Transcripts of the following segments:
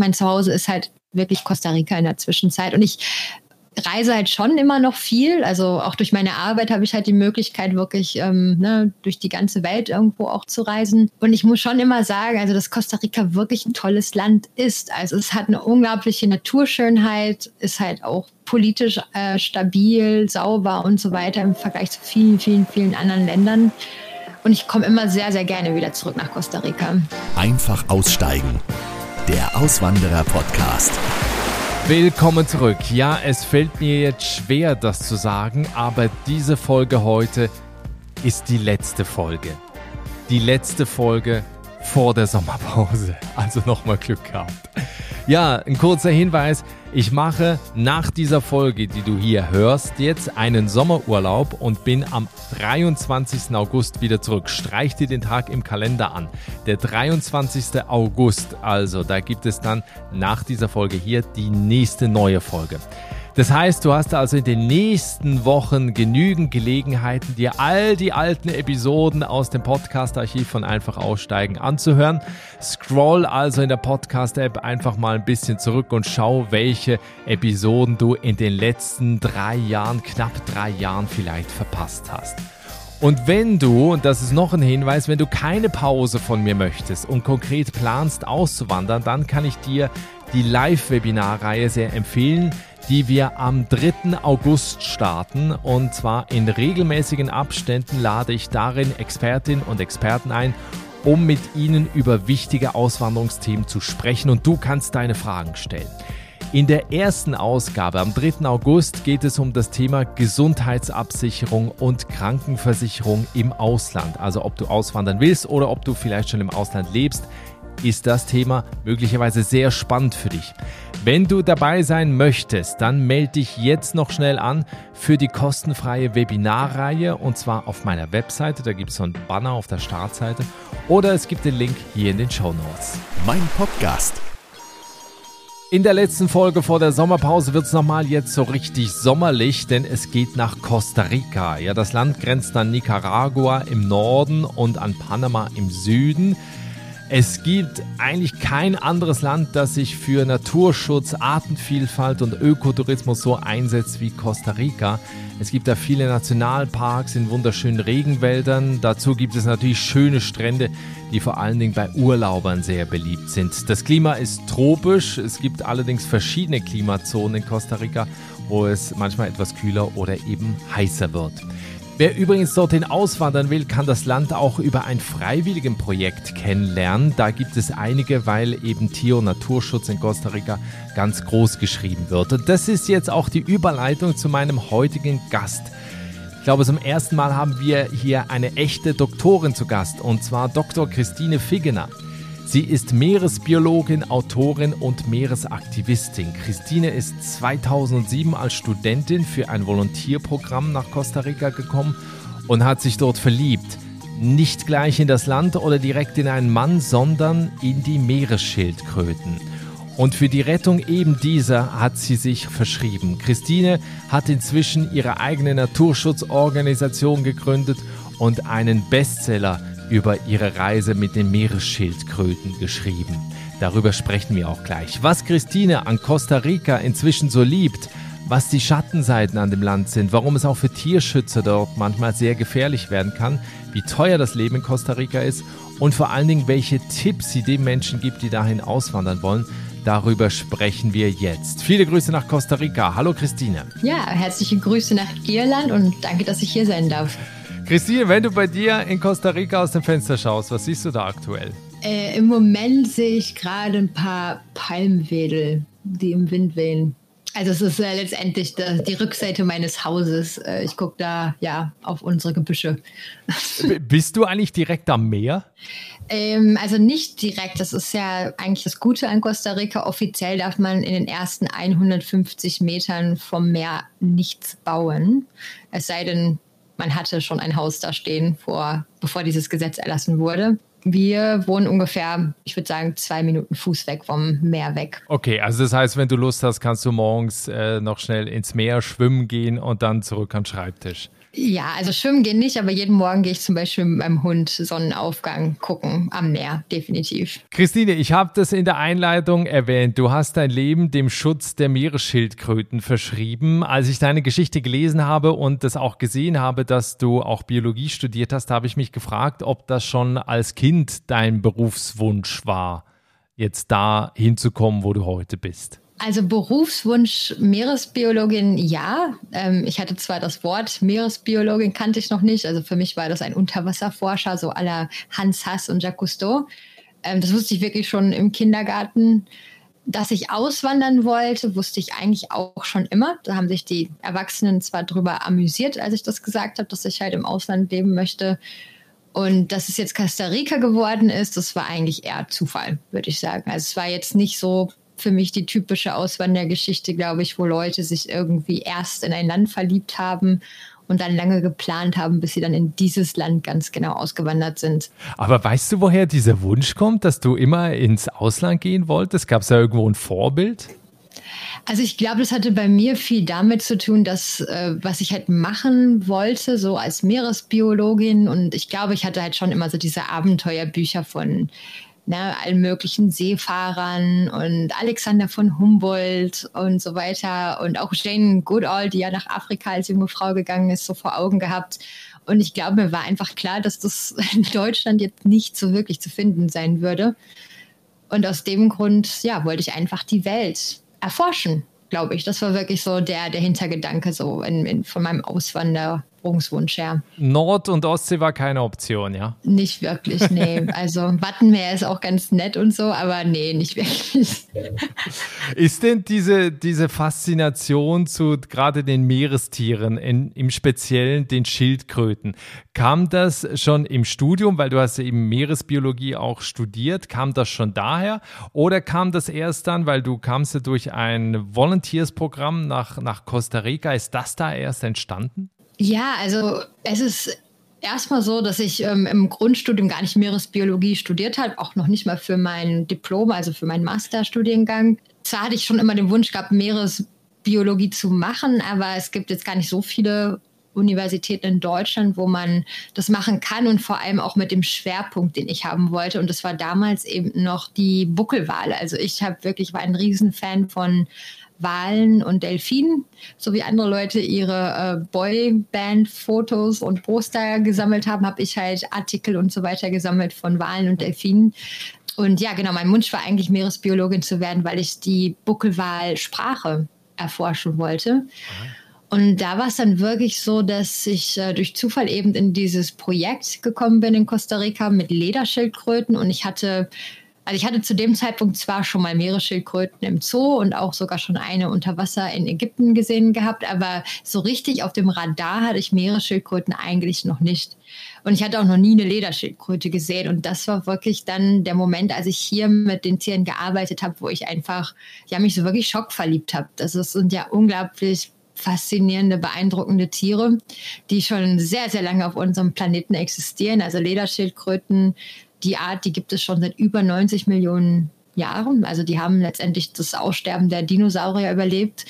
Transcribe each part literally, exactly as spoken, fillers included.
mein Zuhause ist halt wirklich Costa Rica in der Zwischenzeit. Und ich reise halt schon immer noch viel. Also auch durch meine Arbeit habe ich halt die Möglichkeit, wirklich ähm, ne, durch die ganze Welt irgendwo auch zu reisen. Und ich muss schon immer sagen, also dass Costa Rica wirklich ein tolles Land ist. Also es hat eine unglaubliche Naturschönheit, ist halt auch politisch äh, stabil, sauber und so weiter im Vergleich zu vielen, vielen, vielen anderen Ländern. Und ich komme immer sehr, sehr gerne wieder zurück nach Costa Rica. Einfach aussteigen. Der Auswanderer-Podcast. Willkommen zurück. Ja, es fällt mir jetzt schwer, das zu sagen, aber diese Folge heute ist die letzte Folge. Die letzte Folge vor der Sommerpause. Also nochmal Glück gehabt. Ja, ein kurzer Hinweis. Ich mache nach dieser Folge, die du hier hörst, jetzt einen Sommerurlaub und bin am dreiundzwanzigsten August wieder zurück. Streich dir den Tag im Kalender an. Der dreiundzwanzigsten August, also da gibt es dann nach dieser Folge hier die nächste neue Folge. Das heißt, du hast also in den nächsten Wochen genügend Gelegenheiten, dir all die alten Episoden aus dem Podcast-Archiv von Einfach Aussteigen anzuhören. Scroll also in der Podcast-App einfach mal ein bisschen zurück und schau, welche Episoden du in den letzten drei Jahren, knapp drei Jahren vielleicht verpasst hast. Und wenn du, und das ist noch ein Hinweis, wenn du keine Pause von mir möchtest und konkret planst auszuwandern, dann kann ich dir die Live-Webinar-Reihe sehr empfehlen, die wir am dritten August starten, und zwar in regelmäßigen Abständen lade ich darin Expertinnen und Experten ein, um mit ihnen über wichtige Auswanderungsthemen zu sprechen, und du kannst deine Fragen stellen. In der ersten Ausgabe am dritten August geht es um das Thema Gesundheitsabsicherung und Krankenversicherung im Ausland. Also ob du auswandern willst oder ob du vielleicht schon im Ausland lebst, ist das Thema möglicherweise sehr spannend für dich. Wenn du dabei sein möchtest, dann melde dich jetzt noch schnell an für die kostenfreie Webinarreihe, und zwar auf meiner Webseite. Da gibt es so einen Banner auf der Startseite oder es gibt den Link hier in den Shownotes. Mein Podcast. In der letzten Folge vor der Sommerpause wird es nochmal jetzt so richtig sommerlich, denn es geht nach Costa Rica. Ja, das Land grenzt an Nicaragua im Norden und an Panama im Süden. Es gibt eigentlich kein anderes Land, das sich für Naturschutz, Artenvielfalt und Ökotourismus so einsetzt wie Costa Rica. Es gibt da viele Nationalparks in wunderschönen Regenwäldern. Dazu gibt es natürlich schöne Strände, die vor allen Dingen bei Urlaubern sehr beliebt sind. Das Klima ist tropisch. Es gibt allerdings verschiedene Klimazonen in Costa Rica, wo es manchmal etwas kühler oder eben heißer wird. Wer übrigens dorthin auswandern will, kann das Land auch über ein Freiwilligenprojekt kennenlernen. Da gibt es einige, weil eben Tier- und Naturschutz in Costa Rica ganz groß geschrieben wird. Und das ist jetzt auch die Überleitung zu meinem heutigen Gast. Ich glaube, zum ersten Mal haben wir hier eine echte Doktorin zu Gast, und zwar Doktor Christine Figgener. Sie ist Meeresbiologin, Autorin und Meeresaktivistin. Christine ist zweitausendsieben als Studentin für ein Volontierprogramm nach Costa Rica gekommen und hat sich dort verliebt. Nicht gleich in das Land oder direkt in einen Mann, sondern in die Meeresschildkröten. Und für die Rettung eben dieser hat sie sich verschrieben. Christine hat inzwischen ihre eigene Naturschutzorganisation gegründet und einen Bestseller über ihre Reise mit den Meeresschildkröten geschrieben. Darüber sprechen wir auch gleich. Was Christine an Costa Rica inzwischen so liebt, was die Schattenseiten an dem Land sind, warum es auch für Tierschützer dort manchmal sehr gefährlich werden kann, wie teuer das Leben in Costa Rica ist und vor allen Dingen, welche Tipps sie den Menschen gibt, die dahin auswandern wollen. Darüber sprechen wir jetzt. Viele Grüße nach Costa Rica. Hallo Christine. Ja, herzliche Grüße nach Irland und danke, dass ich hier sein darf. Christine, wenn du bei dir in Costa Rica aus dem Fenster schaust, was siehst du da aktuell? Äh, Im Moment sehe ich gerade ein paar Palmwedel, die im Wind wehen. Also es ist äh, letztendlich die, die Rückseite meines Hauses. Äh, ich gucke da ja auf unsere Gebüsche. B- bist du eigentlich direkt am Meer? Ähm, also nicht direkt. Das ist ja eigentlich das Gute an Costa Rica. Offiziell darf man in den ersten hundertfünfzig Metern vom Meer nichts bauen. Es sei denn, man hatte schon ein Haus da stehen, vor, bevor dieses Gesetz erlassen wurde. Wir wohnen ungefähr, ich würde sagen, zwei Minuten Fuß weg vom Meer weg. Okay, also das heißt, wenn du Lust hast, kannst du morgens äh, noch schnell ins Meer schwimmen gehen und dann zurück an den Schreibtisch. Ja, also schwimmen gehen nicht, aber jeden Morgen gehe ich zum Beispiel mit meinem Hund Sonnenaufgang gucken am Meer, definitiv. Christine, ich habe das in der Einleitung erwähnt. Du hast dein Leben dem Schutz der Meeresschildkröten verschrieben. Als ich deine Geschichte gelesen habe und das auch gesehen habe, dass du auch Biologie studiert hast, habe ich mich gefragt, ob das schon als Kind dein Berufswunsch war, jetzt da hinzukommen, wo du heute bist. Also Berufswunsch Meeresbiologin, ja. Ähm, ich hatte zwar das Wort Meeresbiologin, kannte ich noch nicht. Also für mich war das ein Unterwasserforscher, so à la Hans Hass und Jacques Cousteau. Ähm, das wusste ich wirklich schon im Kindergarten. Dass ich auswandern wollte, wusste ich eigentlich auch schon immer. Da haben sich die Erwachsenen zwar drüber amüsiert, als ich das gesagt habe, dass ich halt im Ausland leben möchte. Und dass es jetzt Costa Rica geworden ist, das war eigentlich eher Zufall, würde ich sagen. Also es war jetzt nicht so für mich die typische Auswandergeschichte, glaube ich, wo Leute sich irgendwie erst in ein Land verliebt haben und dann lange geplant haben, bis sie dann in dieses Land ganz genau ausgewandert sind. Aber weißt du, woher dieser Wunsch kommt, dass du immer ins Ausland gehen wolltest? Gab es da irgendwo ein Vorbild? Also ich glaube, das hatte bei mir viel damit zu tun, dass äh, was ich halt machen wollte, so als Meeresbiologin. Und ich glaube, ich hatte halt schon immer so diese Abenteuerbücher von Ne, allen möglichen Seefahrern und Alexander von Humboldt und so weiter und auch Jane Goodall, die ja nach Afrika als junge Frau gegangen ist, so vor Augen gehabt. Und ich glaube, mir war einfach klar, dass das in Deutschland jetzt nicht so wirklich zu finden sein würde. Und aus dem Grund, ja, wollte ich einfach die Welt erforschen, glaube ich. Das war wirklich so der, der Hintergedanke so in, in, von meinem Auswanderungswunsch her. Nord- und Ostsee war keine Option, ja? Nicht wirklich, nee. Also Wattenmeer ist auch ganz nett und so, aber nee, nicht wirklich. Ist denn diese, diese Faszination zu gerade den Meerestieren, in, im Speziellen den Schildkröten, kam das schon im Studium, weil du hast ja eben Meeresbiologie auch studiert, kam das schon daher oder kam das erst dann, weil du kamst ja durch ein Volunteers-Programm nach, nach Costa Rica, ist das da erst entstanden? Ja, also es ist erstmal so, dass ich ähm, im Grundstudium gar nicht Meeresbiologie studiert habe, auch noch nicht mal für mein Diplom, also für meinen Masterstudiengang. Zwar hatte ich schon immer den Wunsch gehabt, Meeresbiologie zu machen, aber es gibt jetzt gar nicht so viele Universitäten in Deutschland, wo man das machen kann und vor allem auch mit dem Schwerpunkt, den ich haben wollte. Und das war damals eben noch die Buckelwale. Also ich habe wirklich war ein Riesenfan von Walen und Delfinen, so wie andere Leute ihre äh, Boyband-Fotos und Poster gesammelt haben, habe ich halt Artikel und so weiter gesammelt von Walen und Delfinen. Und ja, genau, mein Wunsch war eigentlich Meeresbiologin zu werden, weil ich die Buckelwalsprache erforschen wollte. Und da war es dann wirklich so, dass ich äh, durch Zufall eben in dieses Projekt gekommen bin in Costa Rica mit Lederschildkröten und ich hatte Also ich hatte zu dem Zeitpunkt zwar schon mal Meeresschildkröten im Zoo und auch sogar schon eine unter Wasser in Ägypten gesehen gehabt, aber so richtig auf dem Radar hatte ich Meeresschildkröten eigentlich noch nicht. Und ich hatte auch noch nie eine Lederschildkröte gesehen. Und das war wirklich dann der Moment, als ich hier mit den Tieren gearbeitet habe, wo ich einfach ja, mich so wirklich schockverliebt habe. Das sind ja unglaublich faszinierende, beeindruckende Tiere, die schon sehr, sehr lange auf unserem Planeten existieren. Also Lederschildkröten, die Art, die gibt es schon seit über neunzig Millionen Jahren. Also die haben letztendlich das Aussterben der Dinosaurier überlebt.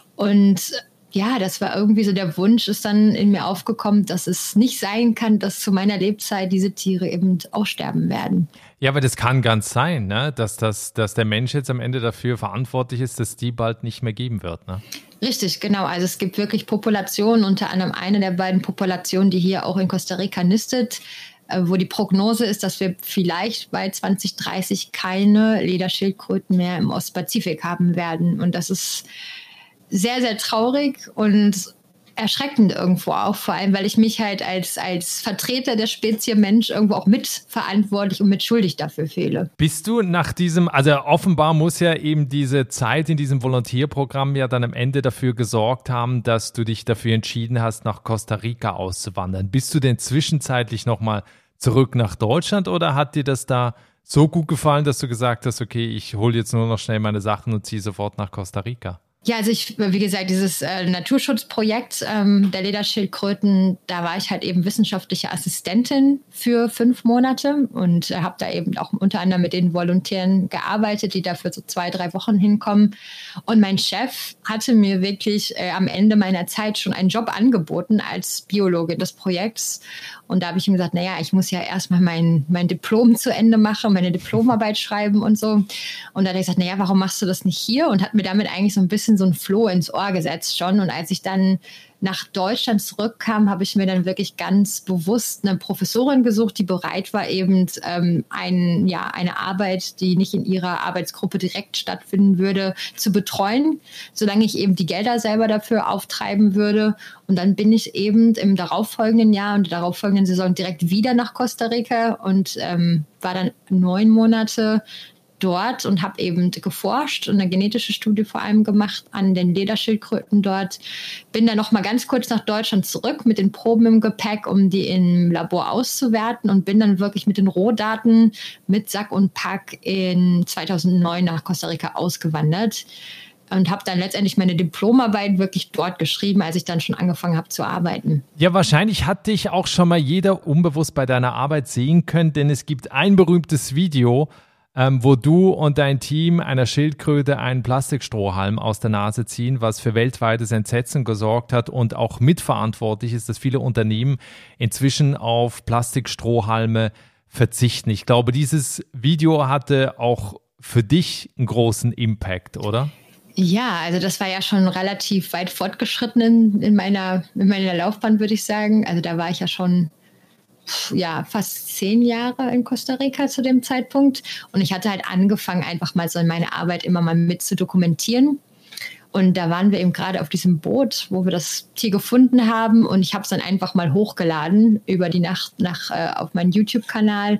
Und ja, das war irgendwie so der Wunsch, ist dann in mir aufgekommen, dass es nicht sein kann, dass zu meiner Lebzeit diese Tiere eben aussterben werden. Ja, aber das kann ganz sein, ne? dass, das, dass der Mensch jetzt am Ende dafür verantwortlich ist, dass die bald nicht mehr geben wird. Ne? Richtig, genau. Also es gibt wirklich Populationen, unter anderem eine der beiden Populationen, die hier auch in Costa Rica nistet, wo die Prognose ist, dass wir vielleicht bei zwanzig dreißig keine Lederschildkröten mehr im Ostpazifik haben werden. Und das ist sehr, sehr traurig und erschreckend irgendwo auch, vor allem, weil ich mich halt als, als Vertreter der Spezies Mensch irgendwo auch mitverantwortlich und mitschuldig dafür fühle. Bist du nach diesem, also offenbar muss ja eben diese Zeit in diesem Volontierprogramm ja dann am Ende dafür gesorgt haben, dass du dich dafür entschieden hast, nach Costa Rica auszuwandern. Bist du denn zwischenzeitlich nochmal zurück nach Deutschland oder hat dir das da so gut gefallen, dass du gesagt hast, okay, ich hole jetzt nur noch schnell meine Sachen und ziehe sofort nach Costa Rica? Ja, also ich, wie gesagt, dieses äh, Naturschutzprojekt ähm, der Lederschildkröten, da war ich halt eben wissenschaftliche Assistentin für fünf Monate und äh, habe da eben auch unter anderem mit den Volontären gearbeitet, die dafür so zwei, drei Wochen hinkommen. Und mein Chef hatte mir wirklich äh, am Ende meiner Zeit schon einen Job angeboten als Biologin des Projekts. Und da habe ich ihm gesagt, naja, ich muss ja erstmal mein, mein Diplom zu Ende machen, meine Diplomarbeit schreiben und so. Und dann hat er gesagt, naja, warum machst du das nicht hier? Und hat mir damit eigentlich so ein bisschen so ein Floh ins Ohr gesetzt schon. Und als ich dann nach Deutschland zurückkam, habe ich mir dann wirklich ganz bewusst eine Professorin gesucht, die bereit war, eben ähm, ein, ja, eine Arbeit, die nicht in ihrer Arbeitsgruppe direkt stattfinden würde, zu betreuen, solange ich eben die Gelder selber dafür auftreiben würde. Und dann bin ich eben im darauffolgenden Jahr und der darauffolgenden Saison direkt wieder nach Costa Rica und ähm, war dann neun Monate dort und habe eben geforscht und eine genetische Studie vor allem gemacht an den Lederschildkröten dort. Bin dann noch mal ganz kurz nach Deutschland zurück mit den Proben im Gepäck, um die im Labor auszuwerten und bin dann wirklich mit den Rohdaten mit Sack und Pack in zweitausendneun nach Costa Rica ausgewandert und habe dann letztendlich meine Diplomarbeit wirklich dort geschrieben, als ich dann schon angefangen habe zu arbeiten. Ja, wahrscheinlich hat dich auch schon mal jeder unbewusst bei deiner Arbeit sehen können, denn es gibt ein berühmtes Video, Ähm, wo du und dein Team einer Schildkröte einen Plastikstrohhalm aus der Nase ziehen, was für weltweites Entsetzen gesorgt hat und auch mitverantwortlich ist, dass viele Unternehmen inzwischen auf Plastikstrohhalme verzichten. Ich glaube, dieses Video hatte auch für dich einen großen Impact, oder? Ja, also das war ja schon relativ weit fortgeschritten in, in, meiner, in meiner Laufbahn, würde ich sagen. Also da war ich ja schon ja, fast zehn Jahre in Costa Rica zu dem Zeitpunkt. Und ich hatte halt angefangen, einfach mal so in meine Arbeit immer mal mit zu dokumentieren. Und da waren wir eben gerade auf diesem Boot, wo wir das Tier gefunden haben. Und ich habe es dann einfach mal hochgeladen über die Nacht nach, äh, auf meinen YouTube-Kanal.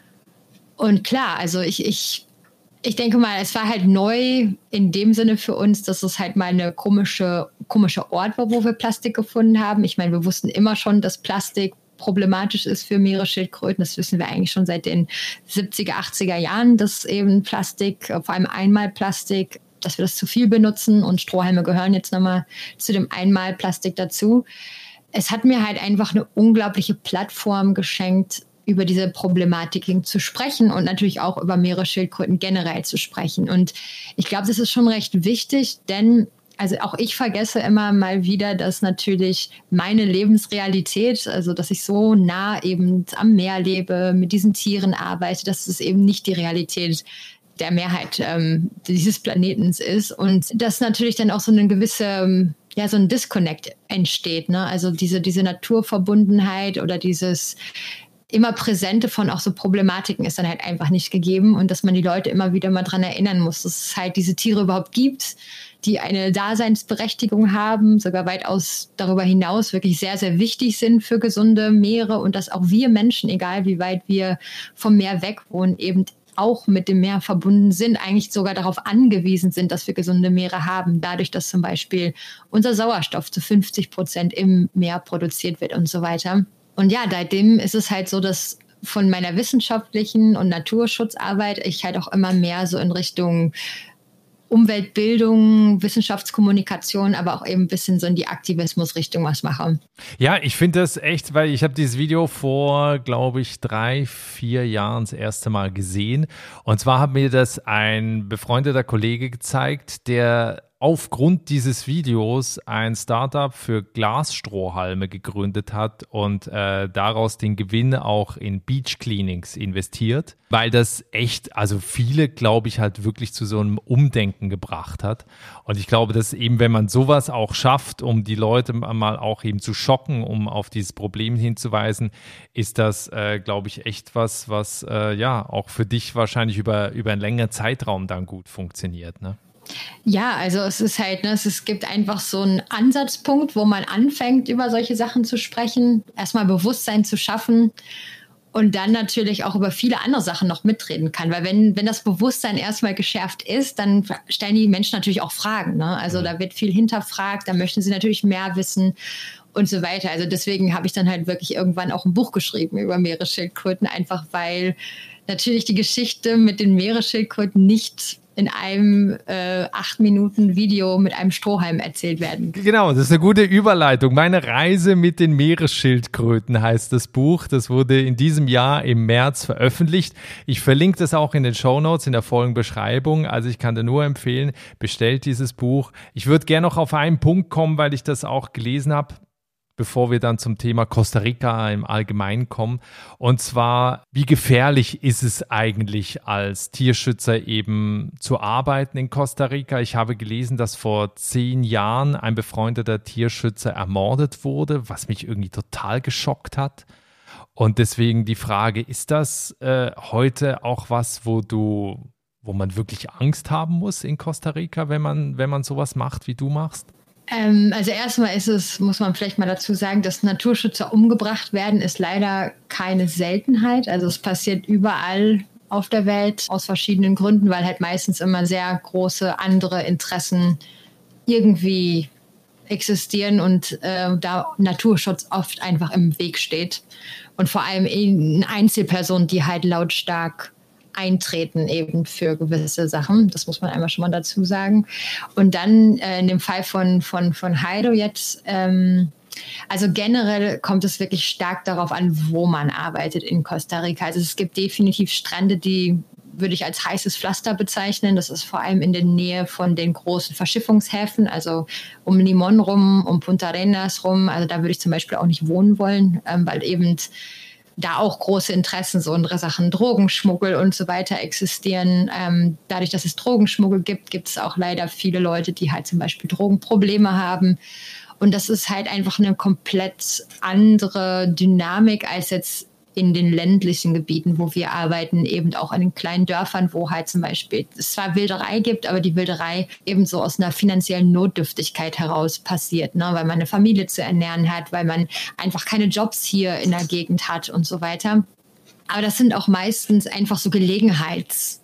Und klar, also ich, ich, ich denke mal, es war halt neu in dem Sinne für uns, dass es halt mal eine komische, komische Ort war, wo wir Plastik gefunden haben. Ich meine, wir wussten immer schon, dass Plastik problematisch ist für Meeresschildkröten. Das wissen wir eigentlich schon seit den siebziger, achtziger Jahren, dass eben Plastik, vor allem Einmalplastik, dass wir das zu viel benutzen und Strohhalme gehören jetzt nochmal zu dem Einmalplastik dazu. Es hat mir halt einfach eine unglaubliche Plattform geschenkt, über diese Problematiken zu sprechen und natürlich auch über Meeresschildkröten generell zu sprechen. Und ich glaube, das ist schon recht wichtig, denn also auch ich vergesse immer mal wieder, dass natürlich meine Lebensrealität, also dass ich so nah eben am Meer lebe, mit diesen Tieren arbeite, dass es eben nicht die Realität der Mehrheit ähm, dieses Planetens ist und dass natürlich dann auch so eine gewisse, ja, so ein Disconnect entsteht, ne? Also diese, diese Naturverbundenheit oder dieses immer Präsente von auch so Problematiken ist dann halt einfach nicht gegeben und dass man die Leute immer wieder mal dran erinnern muss, dass es halt diese Tiere überhaupt gibt, die eine Daseinsberechtigung haben, sogar weitaus darüber hinaus wirklich sehr, sehr wichtig sind für gesunde Meere und dass auch wir Menschen, egal wie weit wir vom Meer weg wohnen, eben auch mit dem Meer verbunden sind, eigentlich sogar darauf angewiesen sind, dass wir gesunde Meere haben, dadurch, dass zum Beispiel unser Sauerstoff zu fünfzig Prozent im Meer produziert wird und so weiter. Und ja, seitdem ist es halt so, dass von meiner wissenschaftlichen und Naturschutzarbeit ich halt auch immer mehr so in Richtung Umweltbildung, Wissenschaftskommunikation, aber auch eben ein bisschen so in die Aktivismusrichtung was mache. Ja, ich finde das echt, weil ich habe dieses Video vor, glaube ich, drei, vier Jahren das erste Mal gesehen. Und zwar hat mir das ein befreundeter Kollege gezeigt, der aufgrund dieses Videos ein Startup für Glasstrohhalme gegründet hat und äh, daraus den Gewinn auch in Beach Cleanings investiert, weil das echt, also viele, glaube ich, halt wirklich zu so einem Umdenken gebracht hat. Und ich glaube, dass eben, wenn man sowas auch schafft, um die Leute mal auch eben zu schocken, um auf dieses Problem hinzuweisen, ist das, äh, glaube ich, echt was, was äh, ja auch für dich wahrscheinlich über, über einen längeren Zeitraum dann gut funktioniert, ne? Ja, also es ist halt, ne, es gibt einfach so einen Ansatzpunkt, wo man anfängt, über solche Sachen zu sprechen, erstmal Bewusstsein zu schaffen und dann natürlich auch über viele andere Sachen noch mitreden kann. Weil wenn, wenn das Bewusstsein erstmal geschärft ist, dann stellen die Menschen natürlich auch Fragen, ne? Also da wird viel hinterfragt, da möchten sie natürlich mehr wissen und so weiter. Also deswegen habe ich dann halt wirklich irgendwann auch ein Buch geschrieben über Meeresschildkröten, einfach weil natürlich die Geschichte mit den Meeresschildkröten nicht in einem äh, acht Minuten Video mit einem Strohhalm erzählt werden. Genau, das ist eine gute Überleitung. Meine Reise mit den Meeresschildkröten heißt das Buch. Das wurde in diesem Jahr im März veröffentlicht. Ich verlinke das auch in den Shownotes, in der Folgenbeschreibung. Also ich kann dir nur empfehlen, bestellt dieses Buch. Ich würde gerne noch auf einen Punkt kommen, weil ich das auch gelesen habe, bevor wir dann zum Thema Costa Rica im Allgemeinen kommen. Und zwar, wie gefährlich ist es eigentlich als Tierschützer eben zu arbeiten in Costa Rica? Ich habe gelesen, dass vor zehn Jahren ein befreundeter Tierschützer ermordet wurde, was mich irgendwie total geschockt hat. Und deswegen die Frage, ist das äh, heute auch was, wo du, wo man wirklich Angst haben muss in Costa Rica, wenn man, wenn man sowas macht, wie du machst? Ähm, also erstmal ist es, muss man vielleicht mal dazu sagen, dass Naturschützer umgebracht werden, ist leider keine Seltenheit. Also es passiert überall auf der Welt aus verschiedenen Gründen, weil halt meistens immer sehr große andere Interessen irgendwie existieren und äh, da Naturschutz oft einfach im Weg steht. Und vor allem in Einzelpersonen, die halt lautstark eintreten eben für gewisse Sachen. Das muss man einmal schon mal dazu sagen. Und dann äh, in dem Fall von, von, von Heido jetzt, ähm, also generell kommt es wirklich stark darauf an, wo man arbeitet in Costa Rica. Also es gibt definitiv Strände, die würde ich als heißes Pflaster bezeichnen. Das ist vor allem in der Nähe von den großen Verschiffungshäfen, also um Limón rum, um Punta Arenas rum. Also da würde ich zum Beispiel auch nicht wohnen wollen, ähm, weil eben da auch große Interessen, so in Sachen Drogenschmuggel und so weiter existieren. Ähm, dadurch, dass es Drogenschmuggel gibt, gibt es auch leider viele Leute, die halt zum Beispiel Drogenprobleme haben. Und das ist halt einfach eine komplett andere Dynamik als jetzt in den ländlichen Gebieten, wo wir arbeiten, eben auch in den kleinen Dörfern, wo halt zum Beispiel es zwar Wilderei gibt, aber die Wilderei eben so aus einer finanziellen Notdürftigkeit heraus passiert, ne? Weil man eine Familie zu ernähren hat, weil man einfach keine Jobs hier in der Gegend hat und so weiter. Aber das sind auch meistens einfach so Gelegenheitsgeschichten.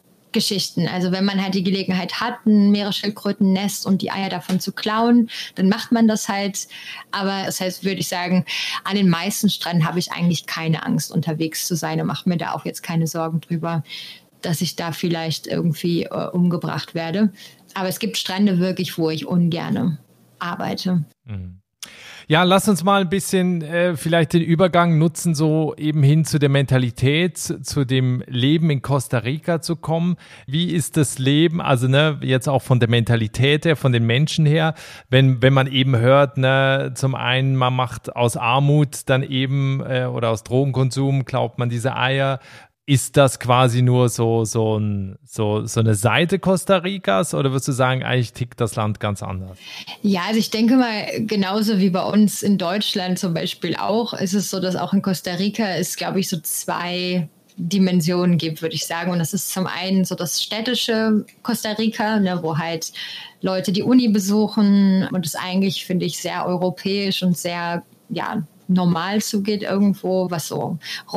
Also wenn man halt die Gelegenheit hat, ein Meeresschildkrötennest und die Eier davon zu klauen, dann macht man das halt. Aber das heißt, würde ich sagen, an den meisten Stränden habe ich eigentlich keine Angst, unterwegs zu sein und mache mir da auch jetzt keine Sorgen drüber, dass ich da vielleicht irgendwie äh, umgebracht werde. Aber es gibt Strände wirklich, wo ich ungerne arbeite. Mhm. Ja, lass uns mal ein bisschen äh, vielleicht den Übergang nutzen, so eben hin zu der Mentalität, zu dem Leben in Costa Rica zu kommen. Wie ist das Leben, also ne, jetzt auch von der Mentalität her, von den Menschen her, wenn wenn man eben hört, ne, zum einen, man macht aus Armut dann eben äh, oder aus Drogenkonsum, klaut man diese Eier. Ist das quasi nur so, so, ein, so, so eine Seite Costa Ricas oder würdest du sagen, eigentlich tickt das Land ganz anders? Ja, also ich denke mal, genauso wie bei uns in Deutschland zum Beispiel auch, ist es so, dass auch in Costa Rica es, glaube ich, so zwei Dimensionen gibt, würde ich sagen. Und das ist zum einen so das städtische Costa Rica, ne, wo halt Leute die Uni besuchen und es eigentlich, finde ich, sehr europäisch und sehr, ja, normal zugeht irgendwo, was so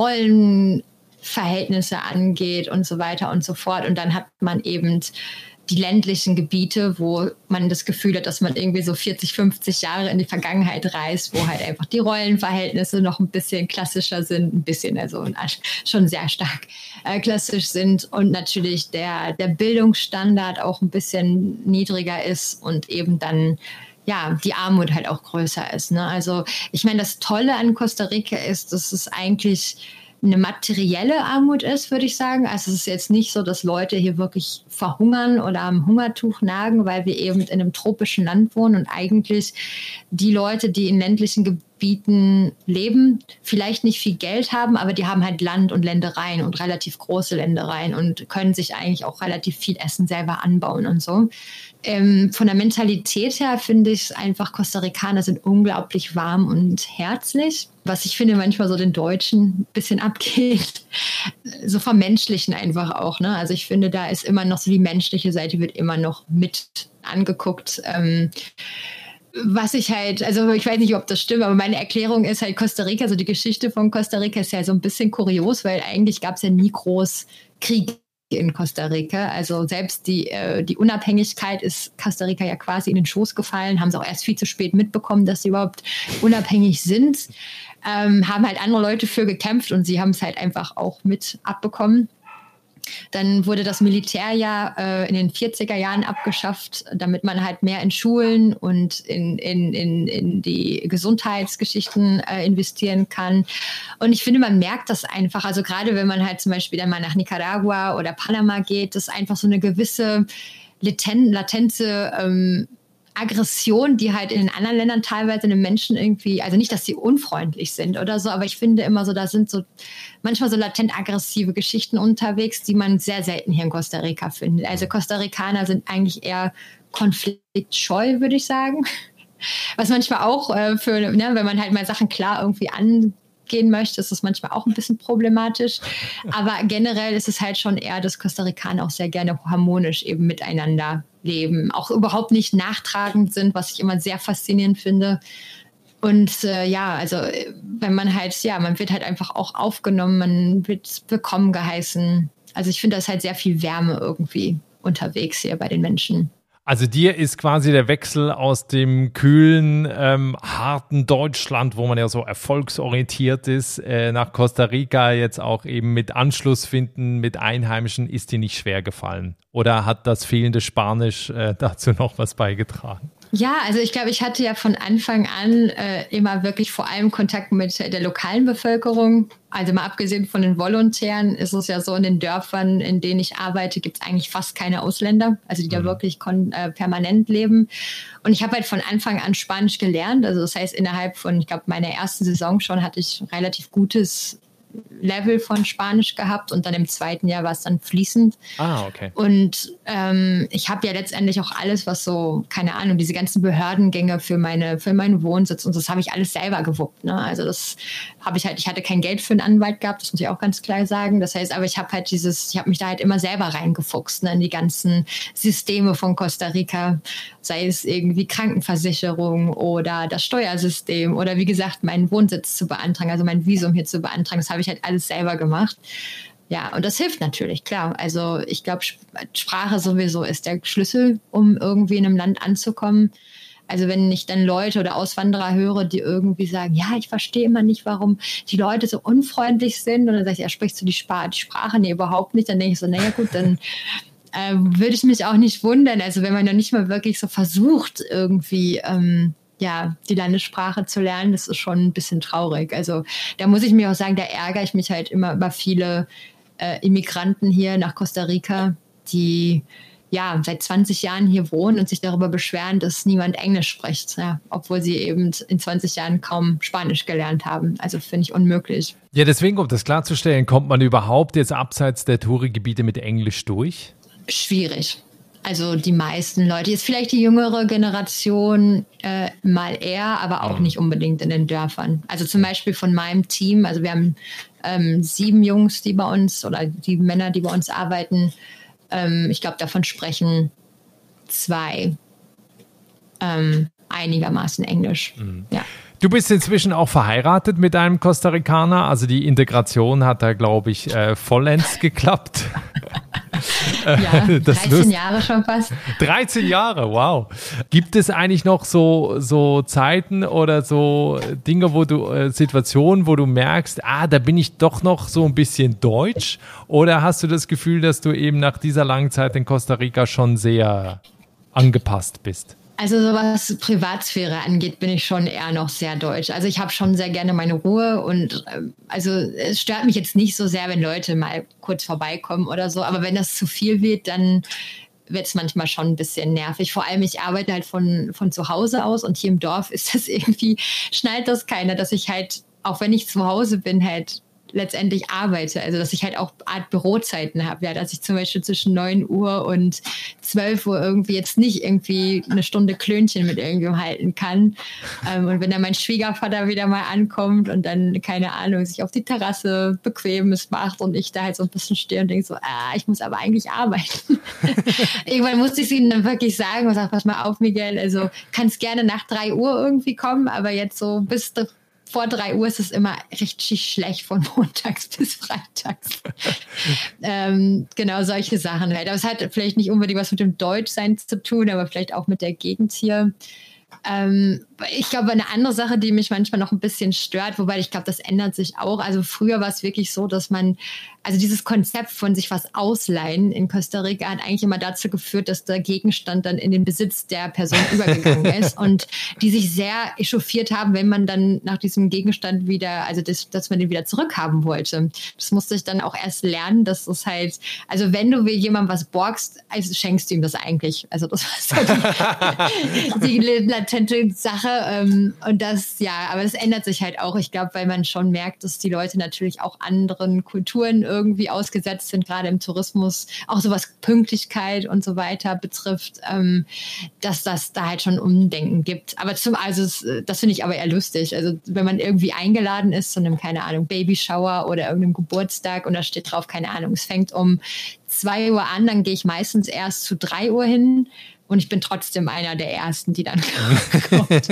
Rollen Verhältnisse angeht und so weiter und so fort. Und dann hat man eben die ländlichen Gebiete, wo man das Gefühl hat, dass man irgendwie so vierzig, fünfzig Jahre in die Vergangenheit reist, wo halt einfach die Rollenverhältnisse noch ein bisschen klassischer sind, ein bisschen, also schon sehr stark äh, klassisch sind und natürlich der, der Bildungsstandard auch ein bisschen niedriger ist und eben dann ja, die Armut halt auch größer ist, ne? Also ich meine, das Tolle an Costa Rica ist, dass es eigentlich eine materielle Armut ist, würde ich sagen. Also es ist jetzt nicht so, dass Leute hier wirklich verhungern oder am Hungertuch nagen, weil wir eben in einem tropischen Land wohnen und eigentlich die Leute, die in ländlichen Gebieten leben, vielleicht nicht viel Geld haben, aber die haben halt Land und Ländereien und relativ große Ländereien und können sich eigentlich auch relativ viel Essen selber anbauen und so. Ähm, von der Mentalität her finde ich einfach, Costa Ricaner sind unglaublich warm und herzlich, was ich finde manchmal so den Deutschen ein bisschen abgeht. So vom Menschlichen einfach auch, ne? Also ich finde, da ist immer noch so die menschliche Seite wird immer noch mit angeguckt. Ähm, was ich halt, also ich weiß nicht, ob das stimmt, aber meine Erklärung ist halt Costa Rica, also die Geschichte von Costa Rica ist ja so ein bisschen kurios, weil eigentlich gab es ja nie groß Krieg in Costa Rica. Also selbst die, äh, die Unabhängigkeit ist Costa Rica ja quasi in den Schoß gefallen, haben sie auch erst viel zu spät mitbekommen, dass sie überhaupt unabhängig sind, ähm, haben halt andere Leute für gekämpft und sie haben es halt einfach auch mit abbekommen. Dann wurde das Militär ja äh, in den vierziger Jahren abgeschafft, damit man halt mehr in Schulen und in, in, in, in die Gesundheitsgeschichten äh, investieren kann. Und ich finde, man merkt das einfach. Also gerade wenn man halt zum Beispiel dann mal nach Nicaragua oder Panama geht, das ist einfach so eine gewisse laten, latente ähm, Aggression, die halt in den anderen Ländern teilweise den Menschen irgendwie, also nicht, dass sie unfreundlich sind oder so, aber ich finde immer so, da sind so manchmal so latent aggressive Geschichten unterwegs, die man sehr selten hier in Costa Rica findet. Also Costa Ricaner sind eigentlich eher konfliktscheu, würde ich sagen. Was manchmal auch äh, für, ne, wenn man halt mal Sachen klar irgendwie an gehen möchte, ist das manchmal auch ein bisschen problematisch. Aber generell ist es halt schon eher, dass Costa Ricaner auch sehr gerne harmonisch eben miteinander leben, auch überhaupt nicht nachtragend sind, was ich immer sehr faszinierend finde. Und äh, ja, also wenn man halt, ja, man wird halt einfach auch aufgenommen, man wird willkommen geheißen. Also ich finde, da ist halt sehr viel Wärme irgendwie unterwegs hier bei den Menschen. Also dir ist quasi der Wechsel aus dem kühlen, ähm, harten Deutschland, wo man ja so erfolgsorientiert ist, äh, nach Costa Rica jetzt auch eben mit Anschluss finden, mit Einheimischen, ist dir nicht schwer gefallen? Oder hat das fehlende Spanisch äh, dazu noch was beigetragen? Ja, also ich glaube, ich hatte ja von Anfang an äh, immer wirklich vor allem Kontakt mit der lokalen Bevölkerung. Also mal abgesehen von den Volontären ist es ja so, in den Dörfern, in denen ich arbeite, gibt es eigentlich fast keine Ausländer, also die mhm. da wirklich kon- äh, permanent leben. Und ich habe halt von Anfang an Spanisch gelernt. Also das heißt, innerhalb von, ich glaube, meiner ersten Saison schon hatte ich relativ gutes Level von Spanisch gehabt und dann im zweiten Jahr war es dann fließend. Ah, okay. Und ähm, ich habe ja letztendlich auch alles, was so, keine Ahnung, diese ganzen Behördengänge für meine, für meinen Wohnsitz und das habe ich alles selber gewuppt. Ne? Also das habe ich halt, ich hatte kein Geld für einen Anwalt gehabt, das muss ich auch ganz klar sagen. Das heißt, aber ich habe halt dieses, ich habe mich da halt immer selber reingefuchst, ne, in die ganzen Systeme von Costa Rica, sei es irgendwie Krankenversicherung oder das Steuersystem oder wie gesagt, meinen Wohnsitz zu beantragen, also mein Visum hier zu beantragen. Das habe ich halt alles selber gemacht. Ja, und das hilft natürlich, klar. Also ich glaube, Sprache sowieso ist der Schlüssel, um irgendwie in einem Land anzukommen. Also wenn ich dann Leute oder Auswanderer höre, die irgendwie sagen, ja, ich verstehe immer nicht, warum die Leute so unfreundlich sind. Und dann sage ich, ja, sprichst du die, Spar- die Sprache? Nee, überhaupt nicht. Dann denke ich so, naja gut, dann äh, würde ich mich auch nicht wundern. Also wenn man noch nicht mal wirklich so versucht, irgendwie ähm, ja, die Landessprache zu lernen, das ist schon ein bisschen traurig. Also da muss ich mir auch sagen, da ärgere ich mich halt immer über viele äh, Immigranten hier nach Costa Rica, die ja seit zwanzig Jahren hier wohnen und sich darüber beschweren, dass niemand Englisch spricht, ja, obwohl sie eben in zwanzig Jahren kaum Spanisch gelernt haben. Also finde ich unmöglich. Ja, deswegen, um das klarzustellen, kommt man überhaupt jetzt abseits der Touri-Gebiete mit Englisch durch? Schwierig. Also die meisten Leute, jetzt vielleicht die jüngere Generation äh, mal eher, aber auch nicht unbedingt in den Dörfern. Also zum Beispiel von meinem Team, also wir haben ähm, sieben Jungs, die bei uns, oder die Männer, die bei uns arbeiten. Ähm, ich glaube, davon sprechen zwei ähm, einigermaßen Englisch. Mhm. Ja. Du bist inzwischen auch verheiratet mit einem Costa Ricaner, also die Integration hat da, glaube ich, äh, vollends geklappt. Ja, dreizehn Jahre schon fast. dreizehn Jahre, wow. Gibt es eigentlich noch so, so Zeiten oder so Dinge, wo du, äh, Situationen, wo du merkst, ah, da bin ich doch noch so ein bisschen deutsch? Oder hast du das Gefühl, dass du eben nach dieser langen Zeit in Costa Rica schon sehr angepasst bist? Also so was Privatsphäre angeht, bin ich schon eher noch sehr deutsch. Also ich habe schon sehr gerne meine Ruhe und ähm, also es stört mich jetzt nicht so sehr, wenn Leute mal kurz vorbeikommen oder so. Aber wenn das zu viel wird, dann wird es manchmal schon ein bisschen nervig. Vor allem, ich arbeite halt von, von zu Hause aus und hier im Dorf ist das irgendwie, schnallt das keiner, dass ich halt, auch wenn ich zu Hause bin, halt letztendlich arbeite, also dass ich halt auch Art Bürozeiten habe, ja, dass ich zum Beispiel zwischen neun Uhr und zwölf Uhr irgendwie jetzt nicht irgendwie eine Stunde Klönchen mit irgendjemandem halten kann. Ähm, und wenn dann mein Schwiegervater wieder mal ankommt und dann, keine Ahnung, sich auf die Terrasse Bequemes macht und ich da halt so ein bisschen stehe und denke so, ah, ich muss aber eigentlich arbeiten. Irgendwann musste ich es ihnen dann wirklich sagen und sage, pass mal auf, Miguel, also kannst gerne nach drei Uhr irgendwie kommen, aber jetzt so bis vor drei Uhr ist es immer richtig schlecht von montags bis freitags. ähm, genau, solche Sachen halt. Aber es hat vielleicht nicht unbedingt was mit dem Deutschsein zu tun, aber vielleicht auch mit der Gegend hier. Ähm, ich glaube, eine andere Sache, die mich manchmal noch ein bisschen stört, wobei ich glaube, das ändert sich auch. Also früher war es wirklich so, dass man, also dieses Konzept von sich was ausleihen in Costa Rica hat eigentlich immer dazu geführt, dass der Gegenstand dann in den Besitz der Person übergegangen ist und die sich sehr echauffiert haben, wenn man dann nach diesem Gegenstand wieder, also das, dass man den wieder zurückhaben wollte. Das musste ich dann auch erst lernen, dass es halt, also wenn du jemandem was borgst, also schenkst du ihm das eigentlich. Also das war so die, die latente Sache. Ähm, und das, ja, aber das ändert sich halt auch. Ich glaube, weil man schon merkt, dass die Leute natürlich auch anderen Kulturen irgendwie ausgesetzt sind, gerade im Tourismus, auch so was Pünktlichkeit und so weiter betrifft, ähm, dass das da halt schon Umdenken gibt. Aber zum, also das finde ich aber eher lustig. Also wenn man irgendwie eingeladen ist zu einem, keine Ahnung, Babyshower oder irgendeinem Geburtstag und da steht drauf, keine Ahnung, es fängt um zwei Uhr an, dann gehe ich meistens erst zu drei Uhr hin. Und ich bin trotzdem einer der Ersten, die dann kommt.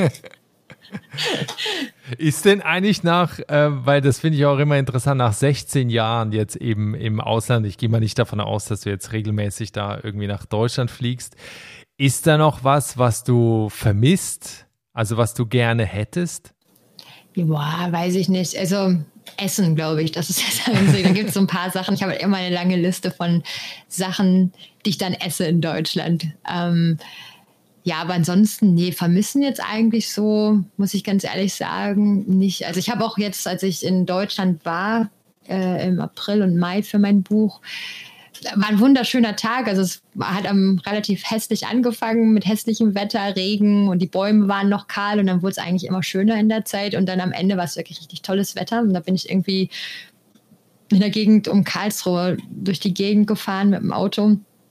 Ist denn eigentlich nach, äh, weil das finde ich auch immer interessant, nach sechzehn Jahren jetzt eben im Ausland, ich gehe mal nicht davon aus, dass du jetzt regelmäßig da irgendwie nach Deutschland fliegst, ist da noch was, was du vermisst, also was du gerne hättest? Boah, weiß ich nicht. Also Essen, glaube ich, das ist jetzt einzig. Da gibt es so ein paar Sachen. Ich habe immer eine lange Liste von Sachen, die ich dann esse in Deutschland. Ähm, ja, aber ansonsten, nee, vermissen jetzt eigentlich so, muss ich ganz ehrlich sagen, nicht. Also ich habe auch jetzt, als ich in Deutschland war, äh, im April und Mai für mein Buch, war ein wunderschöner Tag. Also es hat um, relativ hässlich angefangen mit hässlichem Wetter, Regen und die Bäume waren noch kahl und dann wurde es eigentlich immer schöner in der Zeit und dann am Ende war es wirklich richtig tolles Wetter und da bin ich irgendwie in der Gegend um Karlsruhe durch die Gegend gefahren mit dem Auto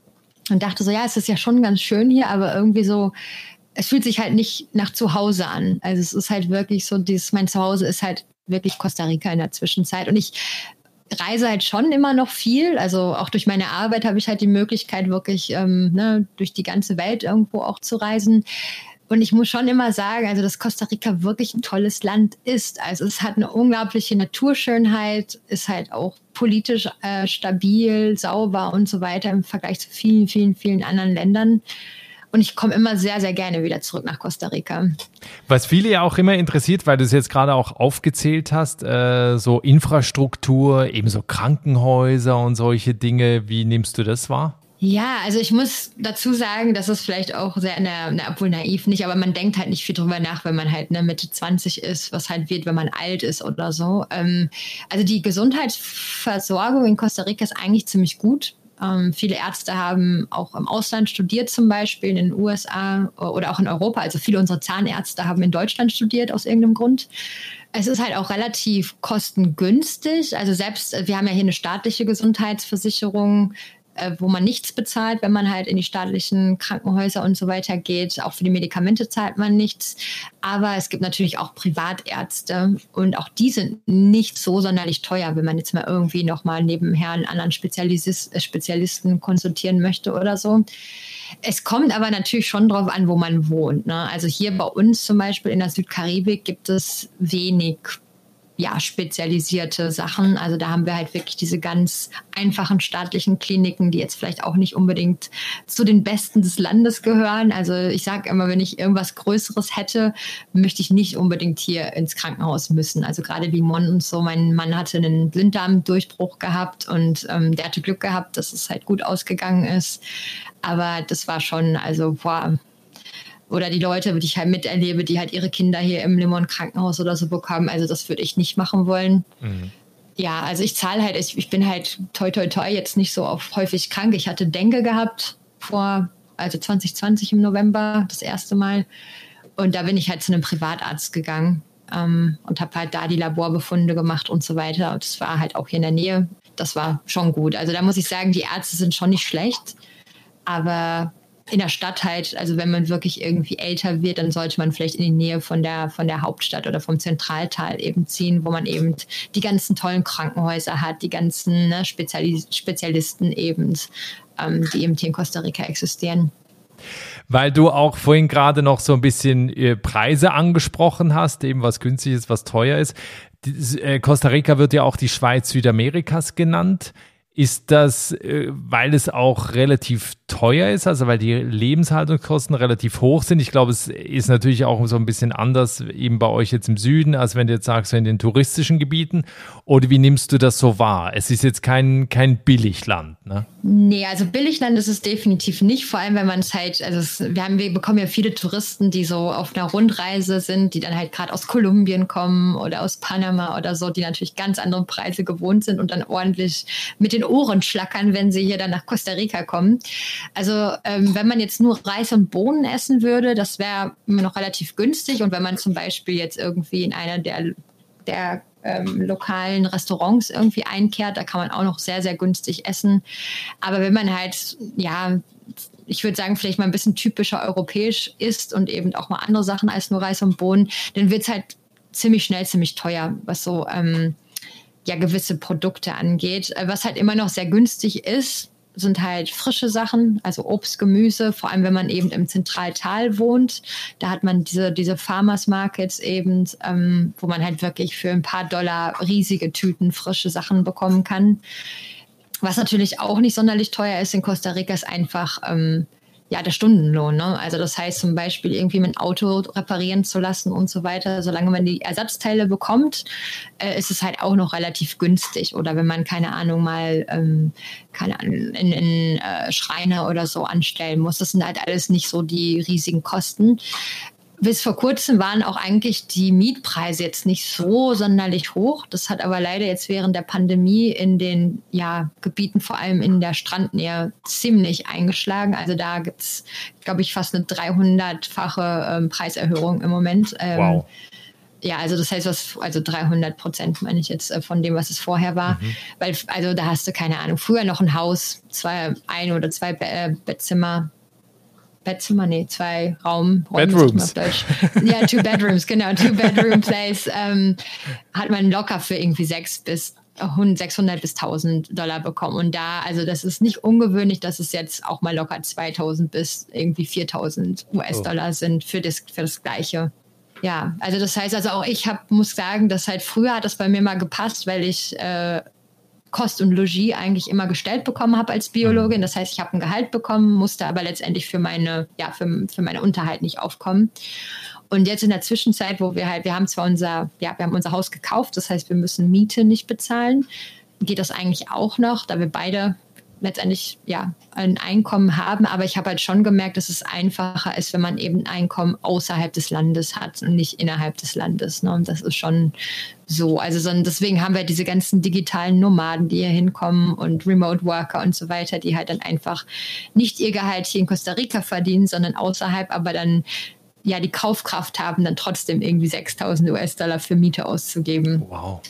und dachte so, ja, es ist ja schon ganz schön hier, aber irgendwie so, es fühlt sich halt nicht nach Zuhause an. Also es ist halt wirklich so, dieses, mein Zuhause ist halt wirklich Costa Rica in der Zwischenzeit und ich reise halt schon immer noch viel, also auch durch meine Arbeit habe ich halt die Möglichkeit, wirklich ähm, ne, durch die ganze Welt irgendwo auch zu reisen. Und ich muss schon immer sagen, also dass Costa Rica wirklich ein tolles Land ist. Also es hat eine unglaubliche Naturschönheit, ist halt auch politisch äh, stabil, sauber und so weiter im Vergleich zu vielen, vielen, vielen anderen Ländern. Und ich komme immer sehr, sehr gerne wieder zurück nach Costa Rica. Was viele ja auch immer interessiert, weil du es jetzt gerade auch aufgezählt hast, äh, so Infrastruktur, ebenso Krankenhäuser und solche Dinge. Wie nimmst du das wahr? Ja, also ich muss dazu sagen, dass es vielleicht auch sehr, na, na, obwohl naiv nicht, aber man denkt halt nicht viel drüber nach, wenn man halt ne, Mitte zwanzig ist, was halt wird, wenn man alt ist oder so. Ähm, also die Gesundheitsversorgung in Costa Rica ist eigentlich ziemlich gut. Ähm, viele Ärzte haben auch im Ausland studiert, zum Beispiel in den U S A oder auch in Europa. Also viele unserer Zahnärzte haben in Deutschland studiert aus irgendeinem Grund. Es ist halt auch relativ kostengünstig. Also selbst, wir haben ja hier eine staatliche Gesundheitsversicherung, wo man nichts bezahlt, wenn man halt in die staatlichen Krankenhäuser und so weiter geht. Auch für die Medikamente zahlt man nichts. Aber es gibt natürlich auch Privatärzte und auch die sind nicht so sonderlich teuer, wenn man jetzt mal irgendwie nochmal nebenher einen anderen Spezialis- Spezialisten konsultieren möchte oder so. Es kommt aber natürlich schon drauf an, wo man wohnt, ne? Also hier bei uns zum Beispiel in der Südkaribik gibt es wenig ja, spezialisierte Sachen. Also da haben wir halt wirklich diese ganz einfachen staatlichen Kliniken, die jetzt vielleicht auch nicht unbedingt zu den besten des Landes gehören. Also ich sage immer, wenn ich irgendwas Größeres hätte, möchte ich nicht unbedingt hier ins Krankenhaus müssen. Also gerade Limon und so. Mein Mann hatte einen Blinddarmdurchbruch gehabt und ähm, der hatte Glück gehabt, dass es halt gut ausgegangen ist. Aber das war schon, also boah, oder die Leute, die ich halt miterlebe, die halt ihre Kinder hier im Limon Krankenhaus oder so bekommen. Also das würde ich nicht machen wollen. Mhm. Ja, also ich zahle halt, ich, ich bin halt toi toi toi jetzt nicht so oft häufig krank. Ich hatte Dengue gehabt vor, also zwanzig zwanzig im November, das erste Mal. Und da bin ich halt zu einem Privatarzt gegangen ähm, und habe halt da die Laborbefunde gemacht und so weiter. Und das war halt auch hier in der Nähe. Das war schon gut. Also da muss ich sagen, die Ärzte sind schon nicht schlecht. Aber in der Stadt halt, also wenn man wirklich irgendwie älter wird, dann sollte man vielleicht in die Nähe von der, von der Hauptstadt oder vom Zentraltal eben ziehen, wo man eben die ganzen tollen Krankenhäuser hat, die ganzen ne, Spezialis- Spezialisten eben, ähm, die eben hier in Costa Rica existieren. Weil du auch vorhin gerade noch so ein bisschen äh, Preise angesprochen hast, eben was günstig ist, was teuer ist. Die, äh, Costa Rica wird ja auch die Schweiz Südamerikas genannt. Ist das, äh, weil es auch relativ teuer ist, also weil die Lebenshaltungskosten relativ hoch sind. Ich glaube, es ist natürlich auch so ein bisschen anders eben bei euch jetzt im Süden, als wenn du jetzt sagst, in den touristischen Gebieten. Oder wie nimmst du das so wahr? Es ist jetzt kein, kein Billigland, ne? Nee, also Billigland ist es definitiv nicht, vor allem wenn man es halt, also es, wir, haben, wir bekommen ja viele Touristen, die so auf einer Rundreise sind, die dann halt gerade aus Kolumbien kommen oder aus Panama oder so, die natürlich ganz andere Preise gewohnt sind und dann ordentlich mit den Ohren schlackern, wenn sie hier dann nach Costa Rica kommen. Also ähm, wenn man jetzt nur Reis und Bohnen essen würde, das wäre immer noch relativ günstig, und wenn man zum Beispiel jetzt irgendwie in einer der, der Ähm, lokalen Restaurants irgendwie einkehrt, da kann man auch noch sehr, sehr günstig essen. Aber wenn man halt, ja, ich würde sagen, vielleicht mal ein bisschen typischer europäisch isst und eben auch mal andere Sachen als nur Reis und Bohnen, dann wird es halt ziemlich schnell ziemlich teuer, was so ähm, ja gewisse Produkte angeht. Was halt immer noch sehr günstig ist, sind halt frische Sachen, also Obst, Gemüse, vor allem wenn man eben im Zentraltal wohnt. Da hat man diese, diese Farmers Markets eben, ähm, wo man halt wirklich für ein paar Dollar riesige Tüten frische Sachen bekommen kann. Was natürlich auch nicht sonderlich teuer ist in Costa Rica, ist einfach ähm, ja, der Stundenlohn. Ne? Also das heißt zum Beispiel irgendwie mein Auto reparieren zu lassen und so weiter. Solange man die Ersatzteile bekommt, äh, ist es halt auch noch relativ günstig. Oder wenn man, keine Ahnung, mal ähm, keine Ahnung, in, in äh, Schreiner oder so anstellen muss. Das sind halt alles nicht so die riesigen Kosten. Bis vor kurzem waren auch eigentlich die Mietpreise jetzt nicht so sonderlich hoch. Das hat aber leider jetzt während der Pandemie in den ja, Gebieten, vor allem in der Strandnähe, ziemlich eingeschlagen. Also da gibt es, glaube ich, fast eine dreihundertfache ähm, Preiserhöhung im Moment. Ähm, wow. Ja, also das heißt, was, also dreihundert Prozent meine ich jetzt äh, von dem, was es vorher war. Mhm. Weil, also da hast du, keine Ahnung, früher noch ein Haus, zwei, ein oder zwei Be- äh, Bettzimmer, Bettzimmer, nee, zwei Raum, Bedrooms. Auf Deutsch. Ja, two Bedrooms, genau, two Bedroom Place, ähm, hat man locker für irgendwie sechs bis sechshundert bis tausend Dollar bekommen. Und da, also das ist nicht ungewöhnlich, dass es jetzt auch mal locker zweitausend bis irgendwie viertausend U S-Dollar sind für das, für das Gleiche. Ja, also das heißt, also auch ich hab, muss sagen, dass halt früher hat das bei mir mal gepasst, weil ich äh, Kost und Logis eigentlich immer gestellt bekommen habe als Biologin. Das heißt, ich habe ein Gehalt bekommen, musste aber letztendlich für meine, ja, für, für meine Unterhalt nicht aufkommen. Und jetzt in der Zwischenzeit, wo wir halt, wir haben zwar unser, ja, wir haben unser Haus gekauft, das heißt, wir müssen Miete nicht bezahlen, geht das eigentlich auch noch, da wir beide letztendlich ja ein Einkommen haben, aber ich habe halt schon gemerkt, dass es einfacher ist, wenn man eben ein Einkommen außerhalb des Landes hat und nicht innerhalb des Landes. Ne? Und das ist schon so. Also so, deswegen haben wir diese ganzen digitalen Nomaden, die hier hinkommen und Remote Worker und so weiter, die halt dann einfach nicht ihr Gehalt hier in Costa Rica verdienen, sondern außerhalb, aber dann ja die Kaufkraft haben, dann trotzdem irgendwie sechstausend U S-Dollar für Miete auszugeben. Wow.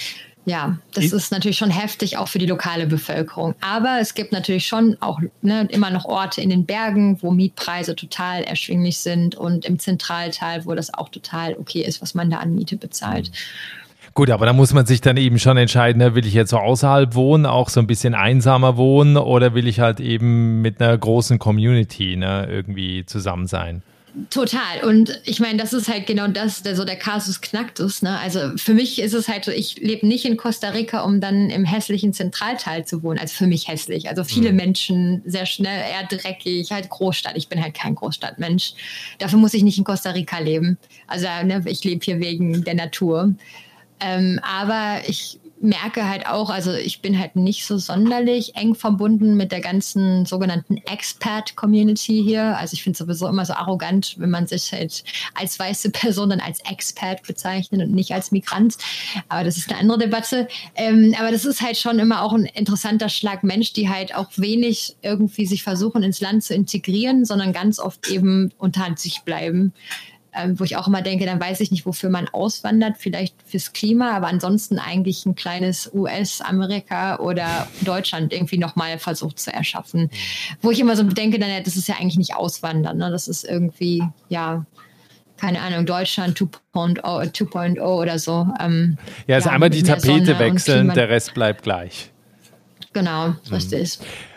Ja, das ist natürlich schon heftig, auch für die lokale Bevölkerung. Aber es gibt natürlich schon auch ne, immer noch Orte in den Bergen, wo Mietpreise total erschwinglich sind, und im Zentraltal, wo das auch total okay ist, was man da an Miete bezahlt. Gut, aber da muss man sich dann eben schon entscheiden, ne, will ich jetzt so außerhalb wohnen, auch so ein bisschen einsamer wohnen, oder will ich halt eben mit einer großen Community ne, irgendwie zusammen sein? Total. Und ich meine, das ist halt genau das, der, so der Kasus Knacktus. Ne? Also für mich ist es halt so, ich lebe nicht in Costa Rica, um dann im hässlichen Zentralteil zu wohnen. Also für mich hässlich. Also viele mhm. Menschen, sehr schnell, eher dreckig, halt Großstadt. Ich bin halt kein Großstadtmensch. Dafür muss ich nicht in Costa Rica leben. Also ne, ich lebe hier wegen der Natur. Ähm, aber ich merke halt auch, also ich bin halt nicht so sonderlich eng verbunden mit der ganzen sogenannten Expat-Community hier. Also ich finde es sowieso immer so arrogant, wenn man sich halt als weiße Person dann als Expat bezeichnet und nicht als Migrant. Aber das ist eine andere Debatte. Ähm, aber das ist halt schon immer auch ein interessanter Schlag Mensch, die halt auch wenig irgendwie sich versuchen, ins Land zu integrieren, sondern ganz oft eben unter sich bleiben. Ähm, wo ich auch immer denke, dann weiß ich nicht, wofür man auswandert, vielleicht fürs Klima, aber ansonsten eigentlich ein kleines U S, Amerika oder Deutschland irgendwie nochmal versucht zu erschaffen. Mhm. Wo ich immer so denke, dann, ja, das ist ja eigentlich nicht Auswandern, ne? Das ist irgendwie, ja, keine Ahnung, Deutschland zwei Punkt null oder so. Ähm, ja, also ja, einmal die Tapete wechseln, der Rest bleibt gleich. Genau, richtig.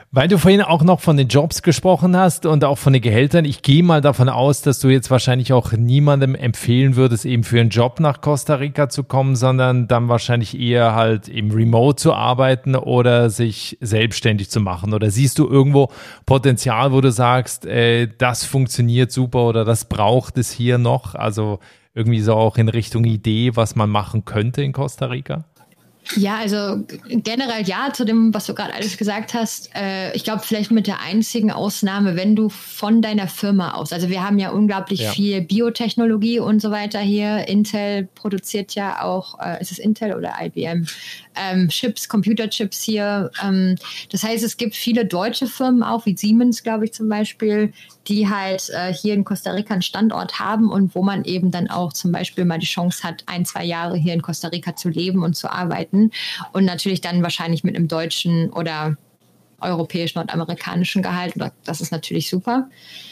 Weil du vorhin auch noch von den Jobs gesprochen hast und auch von den Gehältern. Ich gehe mal davon aus, dass du jetzt wahrscheinlich auch niemandem empfehlen würdest, eben für einen Job nach Costa Rica zu kommen, sondern dann wahrscheinlich eher halt eben remote zu arbeiten oder sich selbstständig zu machen. Oder siehst du irgendwo Potenzial, wo du sagst, äh, das funktioniert super oder das braucht es hier noch? Also irgendwie so auch in Richtung Idee, was man machen könnte in Costa Rica? Ja, also generell ja, zu dem, was du gerade alles gesagt hast. Äh, ich glaube, vielleicht mit der einzigen Ausnahme, wenn du von deiner Firma aus, also wir haben ja unglaublich ja. viel Biotechnologie und so weiter hier. Intel produziert ja auch, äh, ist es Intel oder I B M? Ähm, Chips, Computerchips hier. Ähm, das heißt, es gibt viele deutsche Firmen auch, wie Siemens, glaube ich zum Beispiel, die halt äh, hier in Costa Rica einen Standort haben und wo man eben dann auch zum Beispiel mal die Chance hat, ein, zwei Jahre hier in Costa Rica zu leben und zu arbeiten und natürlich dann wahrscheinlich mit einem deutschen oder europäisch-nordamerikanischen Gehalt. Das ist natürlich super.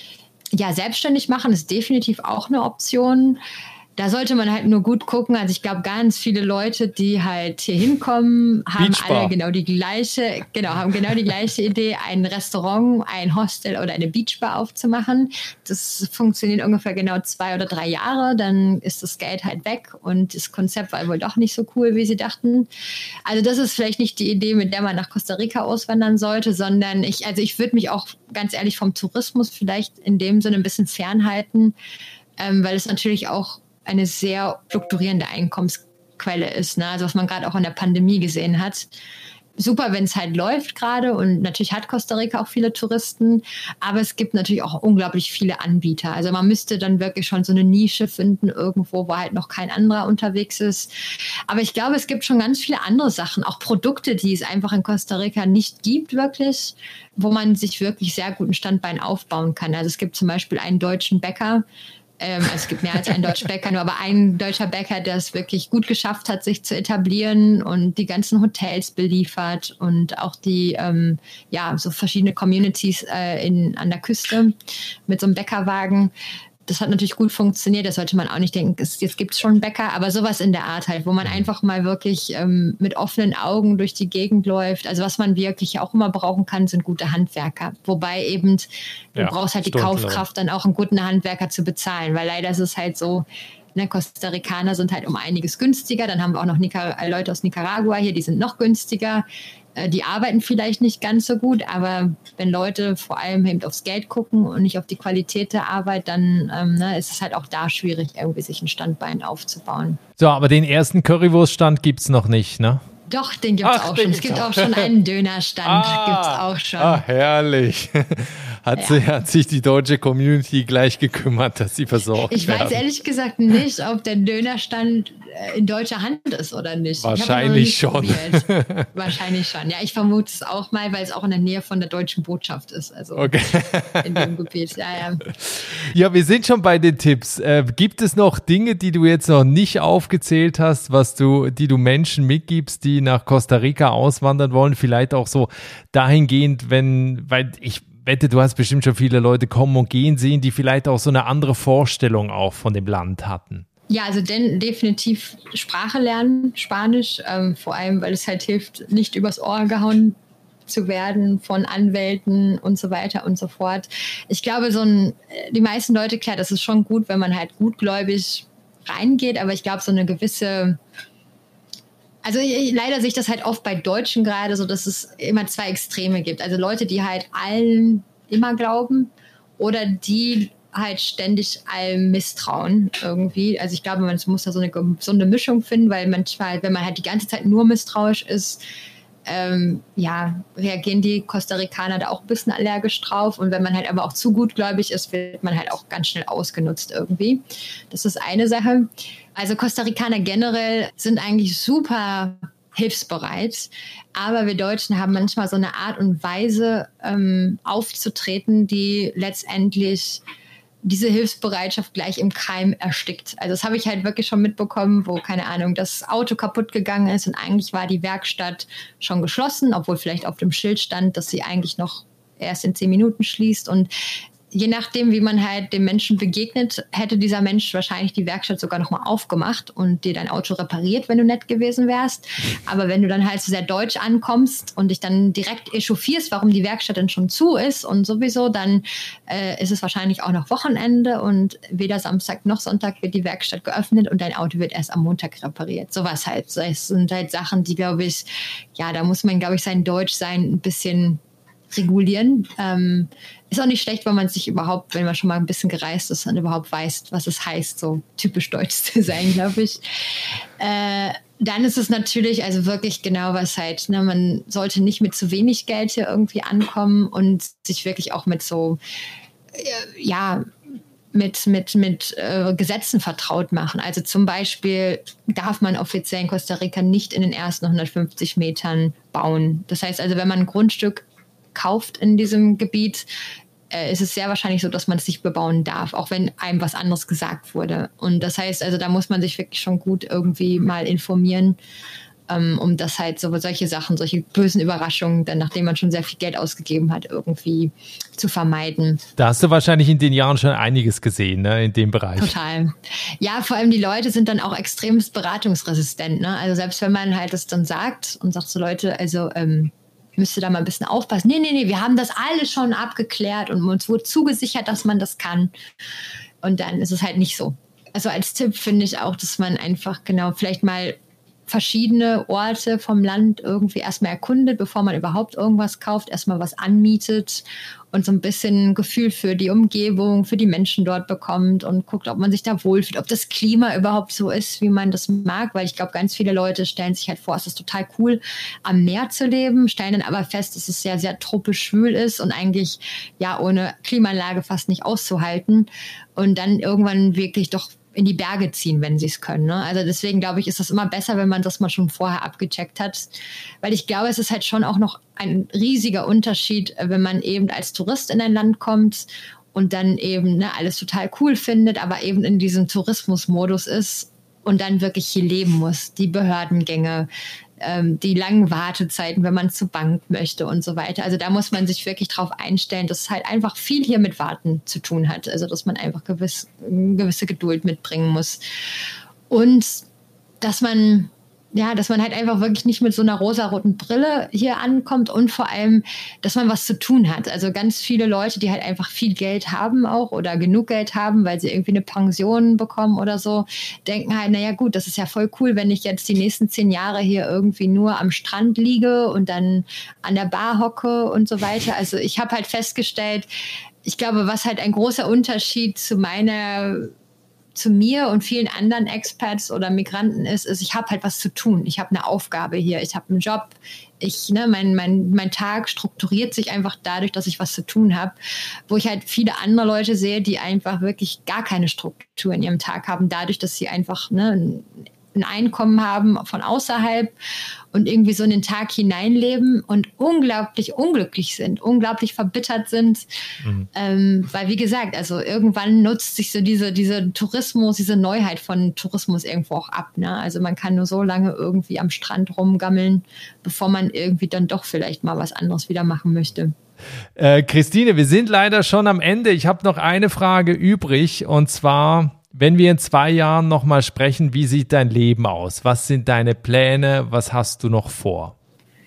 Ja, selbstständig machen ist definitiv auch eine Option. Da sollte man halt nur gut gucken. Also ich glaube, ganz viele Leute, die halt hier hinkommen, haben Beachbar. alle genau die gleiche, genau, haben genau die gleiche Idee, ein Restaurant, ein Hostel oder eine Beachbar aufzumachen. Das funktioniert ungefähr genau zwei oder drei Jahre. Dann ist das Geld halt weg und das Konzept war wohl doch nicht so cool, wie sie dachten. Also das ist vielleicht nicht die Idee, mit der man nach Costa Rica auswandern sollte, sondern ich, also ich würde mich auch ganz ehrlich vom Tourismus vielleicht in dem Sinne ein bisschen fernhalten, ähm, weil es natürlich auch eine sehr fluktuierende Einkommensquelle ist, ne? Also was man gerade auch in der Pandemie gesehen hat. Super, wenn es halt läuft gerade und natürlich hat Costa Rica auch viele Touristen, aber es gibt natürlich auch unglaublich viele Anbieter. Also man müsste dann wirklich schon so eine Nische finden irgendwo, wo halt noch kein anderer unterwegs ist. Aber ich glaube, es gibt schon ganz viele andere Sachen, auch Produkte, die es einfach in Costa Rica nicht gibt wirklich, wo man sich wirklich sehr guten Standbein aufbauen kann. Also es gibt zum Beispiel einen deutschen Bäcker, Ähm, also es gibt mehr als einen deutschen Bäcker, nur aber ein deutscher Bäcker, der es wirklich gut geschafft hat, sich zu etablieren und die ganzen Hotels beliefert und auch die, ähm, ja, so verschiedene Communities äh, in, an der Küste mit so einem Bäckerwagen. Das hat natürlich gut funktioniert, das sollte man auch nicht denken, es, jetzt gibt es schon einen Bäcker, aber sowas in der Art halt, wo man einfach mal wirklich ähm, mit offenen Augen durch die Gegend läuft. Also was man wirklich auch immer brauchen kann, sind gute Handwerker. Wobei eben, du ja, brauchst halt die Kaufkraft, dann auch einen guten Handwerker zu bezahlen, weil leider ist es halt so, ne, Costa Ricaner sind halt um einiges günstiger, dann haben wir auch noch Nicar- Leute aus Nicaragua hier, die sind noch günstiger. Die arbeiten vielleicht nicht ganz so gut, aber wenn Leute vor allem eben aufs Geld gucken und nicht auf die Qualität der Arbeit, dann ähm, ne, ist es halt auch da schwierig, irgendwie sich ein Standbein aufzubauen. So, aber den ersten Currywurststand gibt es noch nicht, ne? Doch, den gibt es auch schon. Es gibt auch schon einen Dönerstand. Ah, gibt's auch schon. Ah, herrlich. Hat, ja. sie, hat sich die deutsche Community gleich gekümmert, dass sie versorgt Ich werden. weiß ehrlich gesagt nicht, ob der Dönerstand in deutscher Hand ist oder nicht. Wahrscheinlich schon. Wahrscheinlich schon. Ja, ich vermute es auch mal, weil es auch in der Nähe von der deutschen Botschaft ist. Also okay. in dem Gebiet. Ja, ja. Ja, wir sind schon bei den Tipps. Äh, gibt es noch Dinge, die du jetzt noch nicht aufgezählt hast, was du, die du Menschen mitgibst, die nach Costa Rica auswandern wollen? Vielleicht auch so dahingehend, wenn, weil ich wette, du hast bestimmt schon viele Leute kommen und gehen sehen, die vielleicht auch so eine andere Vorstellung auch von dem Land hatten. Ja, also denn definitiv Sprache lernen, Spanisch, ähm, vor allem, weil es halt hilft, nicht übers Ohr gehauen zu werden von Anwälten und so weiter und so fort. Ich glaube, so ein, die meisten Leute, klar, das ist schon gut, wenn man halt gutgläubig reingeht, aber ich glaube, so eine gewisse, also ich, leider sehe ich das halt oft bei Deutschen gerade so, dass es immer zwei Extreme gibt. Also Leute, die halt allen immer glauben oder die halt ständig allem misstrauen irgendwie. Also ich glaube, man muss da so eine gesunde Mischung finden, weil manchmal, wenn man halt die ganze Zeit nur misstrauisch ist, ähm, ja, reagieren die Costa Ricaner da auch ein bisschen allergisch drauf. Und wenn man halt aber auch zu gutgläubig ist, wird man halt auch ganz schnell ausgenutzt irgendwie. Das ist eine Sache. Also Costa Ricaner generell sind eigentlich super hilfsbereit, aber wir Deutschen haben manchmal so eine Art und Weise ähm, aufzutreten, die letztendlich diese Hilfsbereitschaft gleich im Keim erstickt. Also das habe ich halt wirklich schon mitbekommen, wo, keine Ahnung, das Auto kaputt gegangen ist und eigentlich war die Werkstatt schon geschlossen, obwohl vielleicht auf dem Schild stand, dass sie eigentlich noch erst in zehn Minuten schließt. Und je nachdem, wie man halt dem Menschen begegnet, hätte dieser Mensch wahrscheinlich die Werkstatt sogar nochmal aufgemacht und dir dein Auto repariert, wenn du nett gewesen wärst. Aber wenn du dann halt so sehr deutsch ankommst und dich dann direkt echauffierst, warum die Werkstatt denn schon zu ist und sowieso, dann äh, ist es wahrscheinlich auch noch Wochenende und weder Samstag noch Sonntag wird die Werkstatt geöffnet und dein Auto wird erst am Montag repariert. Sowas halt. Das sind halt Sachen, die, glaube ich, ja, da muss man, glaube ich, sein Deutschsein ein bisschen regulieren. Ähm, ist auch nicht schlecht, wenn man sich überhaupt, wenn man schon mal ein bisschen gereist ist, dann überhaupt weiß, was es heißt, so typisch deutsch zu sein, glaube ich. Äh, dann ist es natürlich, also wirklich genau was halt, ne, man sollte nicht mit zu wenig Geld hier irgendwie ankommen und sich wirklich auch mit so, äh, ja, mit, mit, mit äh, Gesetzen vertraut machen. Also zum Beispiel darf man offiziell in Costa Rica nicht in den ersten hundertfünfzig Metern bauen. Das heißt also, wenn man ein Grundstück kauft in diesem Gebiet, äh, ist es sehr wahrscheinlich so, dass man es nicht bebauen darf, auch wenn einem was anderes gesagt wurde. Und das heißt, also da muss man sich wirklich schon gut irgendwie mal informieren, ähm, um das halt so solche Sachen, solche bösen Überraschungen, dann nachdem man schon sehr viel Geld ausgegeben hat, irgendwie zu vermeiden. Da hast du wahrscheinlich in den Jahren schon einiges gesehen, ne, in dem Bereich. Total. Ja, vor allem die Leute sind dann auch extremst beratungsresistent, ne? Also selbst wenn man halt das dann sagt und sagt so, Leute, also ähm, müsste da mal ein bisschen aufpassen. Nee, nee, nee, wir haben das alles schon abgeklärt und uns wurde zugesichert, dass man das kann. Und dann ist es halt nicht so. Also als Tipp finde ich auch, dass man einfach genau vielleicht mal verschiedene Orte vom Land irgendwie erstmal erkundet, bevor man überhaupt irgendwas kauft, erstmal was anmietet und so ein bisschen Gefühl für die Umgebung, für die Menschen dort bekommt und guckt, ob man sich da wohlfühlt, ob das Klima überhaupt so ist, wie man das mag, weil ich glaube, ganz viele Leute stellen sich halt vor, es ist total cool, am Meer zu leben, stellen dann aber fest, dass es sehr, sehr tropisch schwül ist und eigentlich ja ohne Klimaanlage fast nicht auszuhalten und dann irgendwann wirklich doch in die Berge ziehen, wenn sie es können. Ne? Also deswegen glaube ich, ist das immer besser, wenn man das mal schon vorher abgecheckt hat. Weil ich glaube, es ist halt schon auch noch ein riesiger Unterschied, wenn man eben als Tourist in ein Land kommt und dann eben ne, alles total cool findet, aber eben in diesem Tourismusmodus ist und dann wirklich hier leben muss. Die Behördengänge, ähm, die langen Wartezeiten, wenn man zur Bank möchte und so weiter. Also da muss man sich wirklich drauf einstellen, dass es halt einfach viel hier mit Warten zu tun hat. Also dass man einfach gewiss, gewisse Geduld mitbringen muss. Und dass man... Ja, dass man halt einfach wirklich nicht mit so einer rosaroten Brille hier ankommt und vor allem, dass man was zu tun hat. Also ganz viele Leute, die halt einfach viel Geld haben auch oder genug Geld haben, weil sie irgendwie eine Pension bekommen oder so, denken halt, naja gut, das ist ja voll cool, wenn ich jetzt die nächsten zehn Jahre hier irgendwie nur am Strand liege und dann an der Bar hocke und so weiter. Also ich habe halt festgestellt, ich glaube, was halt ein großer Unterschied zu meiner... zu mir und vielen anderen Expats oder Migranten ist, ist, ich habe halt was zu tun. Ich habe eine Aufgabe hier, ich habe einen Job. Ich, ne, mein, mein, mein Tag strukturiert sich einfach dadurch, dass ich was zu tun habe, wo ich halt viele andere Leute sehe, die einfach wirklich gar keine Struktur in ihrem Tag haben, dadurch, dass sie einfach ne, ein Einkommen haben von außerhalb und irgendwie so in den Tag hineinleben und unglaublich unglücklich sind, unglaublich verbittert sind. Mhm. Ähm, weil, wie gesagt, also irgendwann nutzt sich so diese, diese Tourismus, diese Neuheit von Tourismus irgendwo auch ab. Ne? Also man kann nur so lange irgendwie am Strand rumgammeln, bevor man irgendwie dann doch vielleicht mal was anderes wieder machen möchte. Äh, Christine, wir sind leider schon am Ende. Ich habe noch eine Frage übrig und zwar... Wenn wir in zwei Jahren nochmal sprechen, wie sieht dein Leben aus? Was sind deine Pläne? Was hast du noch vor?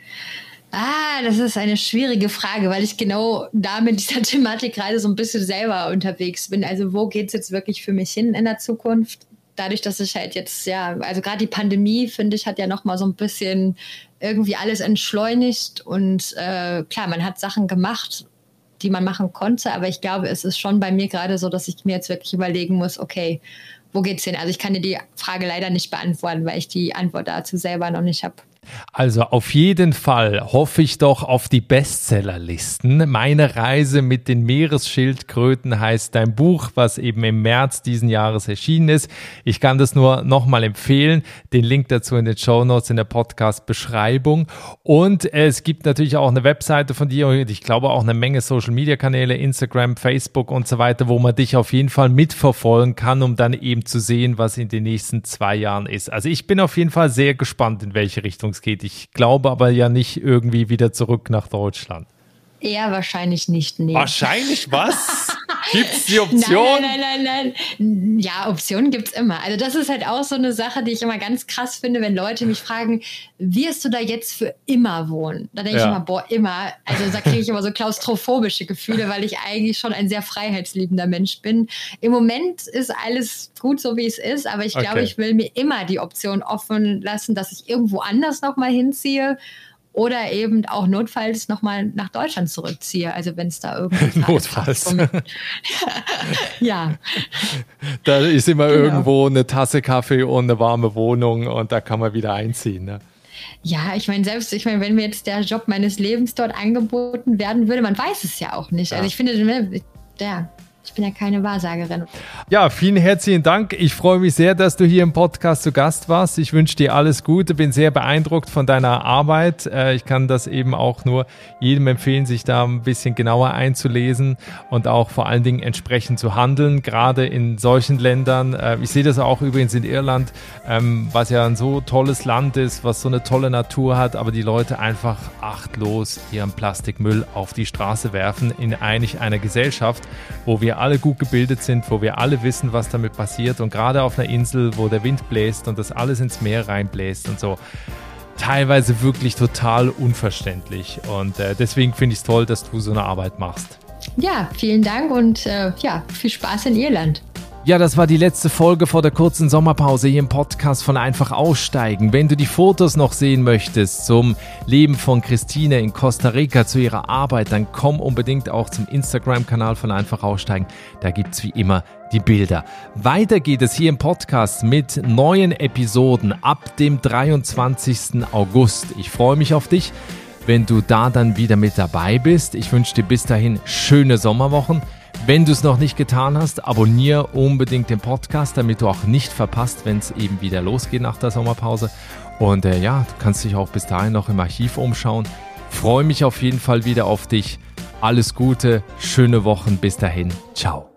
Ah, das ist eine schwierige Frage, weil ich genau da mit dieser Thematik gerade so ein bisschen selber unterwegs bin. Also wo geht es jetzt wirklich für mich hin in der Zukunft? Dadurch, dass ich halt jetzt, ja, also gerade die Pandemie, finde ich, hat ja nochmal so ein bisschen irgendwie alles entschleunigt. Und äh, klar, man hat Sachen gemacht, die man machen konnte. Aber ich glaube, es ist schon bei mir gerade so, dass ich mir jetzt wirklich überlegen muss, okay, wo geht's hin? Also ich kann dir die Frage leider nicht beantworten, weil ich die Antwort dazu selber noch nicht habe. Also auf jeden Fall hoffe ich doch auf die Bestsellerlisten. Meine Reise mit den Meeresschildkröten heißt dein Buch, was eben im März diesen Jahres erschienen ist. Ich kann das nur nochmal empfehlen. Den Link dazu in den Shownotes in der Podcast-Beschreibung. Und es gibt natürlich auch eine Webseite von dir und ich glaube auch eine Menge Social-Media-Kanäle, Instagram, Facebook und so weiter, wo man dich auf jeden Fall mitverfolgen kann, um dann eben zu sehen, was in den nächsten zwei Jahren ist. Also ich bin auf jeden Fall sehr gespannt, in welche Richtung geht. Ich glaube aber ja nicht irgendwie wieder zurück nach Deutschland. Eher wahrscheinlich nicht, nee. Wahrscheinlich was? Gibt es die Option? Nein, nein, nein, nein. Ja, Optionen gibt es immer. Also das ist halt auch so eine Sache, die ich immer ganz krass finde, wenn Leute mich fragen, wirst du da jetzt für immer wohnen? Da denke ja. ich immer, boah, immer. Also da kriege ich immer so klaustrophobische Gefühle, weil ich eigentlich schon ein sehr freiheitsliebender Mensch bin. Im Moment ist alles gut, so wie es ist, aber ich okay. glaube, ich will mir immer die Option offen lassen, dass ich irgendwo anders nochmal hinziehe. Oder eben auch notfalls nochmal nach Deutschland zurückziehe. Also wenn es da irgendwie... Notfalls. Ja. Da ist immer genau. irgendwo eine Tasse Kaffee und eine warme Wohnung und da kann man wieder einziehen. Ne? Ja, ich meine, selbst, ich meine, wenn mir jetzt der Job meines Lebens dort angeboten werden würde, man weiß es ja auch nicht. Ja. Also ich finde, ja... Ich bin ja keine Wahrsagerin. Ja, vielen herzlichen Dank. Ich freue mich sehr, dass du hier im Podcast zu Gast warst. Ich wünsche dir alles Gute, bin sehr beeindruckt von deiner Arbeit. Ich kann das eben auch nur jedem empfehlen, sich da ein bisschen genauer einzulesen und auch vor allen Dingen entsprechend zu handeln, gerade in solchen Ländern. Ich sehe das auch übrigens in Irland, was ja ein so tolles Land ist, was so eine tolle Natur hat, aber die Leute einfach achtlos ihren Plastikmüll auf die Straße werfen in eigentlich einer Gesellschaft, wo wir alle gut gebildet sind, wo wir alle wissen, was damit passiert und gerade auf einer Insel, wo der Wind bläst und das alles ins Meer reinbläst und so, teilweise wirklich total unverständlich und äh, deswegen finde ich es toll, dass du so eine Arbeit machst. Ja, vielen Dank und äh, ja, viel Spaß in Irland. Ja, das war die letzte Folge vor der kurzen Sommerpause hier im Podcast von Einfach Aussteigen. Wenn du die Fotos noch sehen möchtest zum Leben von Christine in Costa Rica, zu ihrer Arbeit, dann komm unbedingt auch zum Instagram-Kanal von Einfach Aussteigen. Da gibt's wie immer die Bilder. Weiter geht es hier im Podcast mit neuen Episoden ab dem dreiundzwanzigsten August. Ich freue mich auf dich, wenn du da dann wieder mit dabei bist. Ich wünsche dir bis dahin schöne Sommerwochen. Wenn du es noch nicht getan hast, abonniere unbedingt den Podcast, damit du auch nicht verpasst, wenn es eben wieder losgeht nach der Sommerpause. Und äh, ja, du kannst dich auch bis dahin noch im Archiv umschauen. Freue mich auf jeden Fall wieder auf dich. Alles Gute, schöne Wochen, bis dahin. Ciao.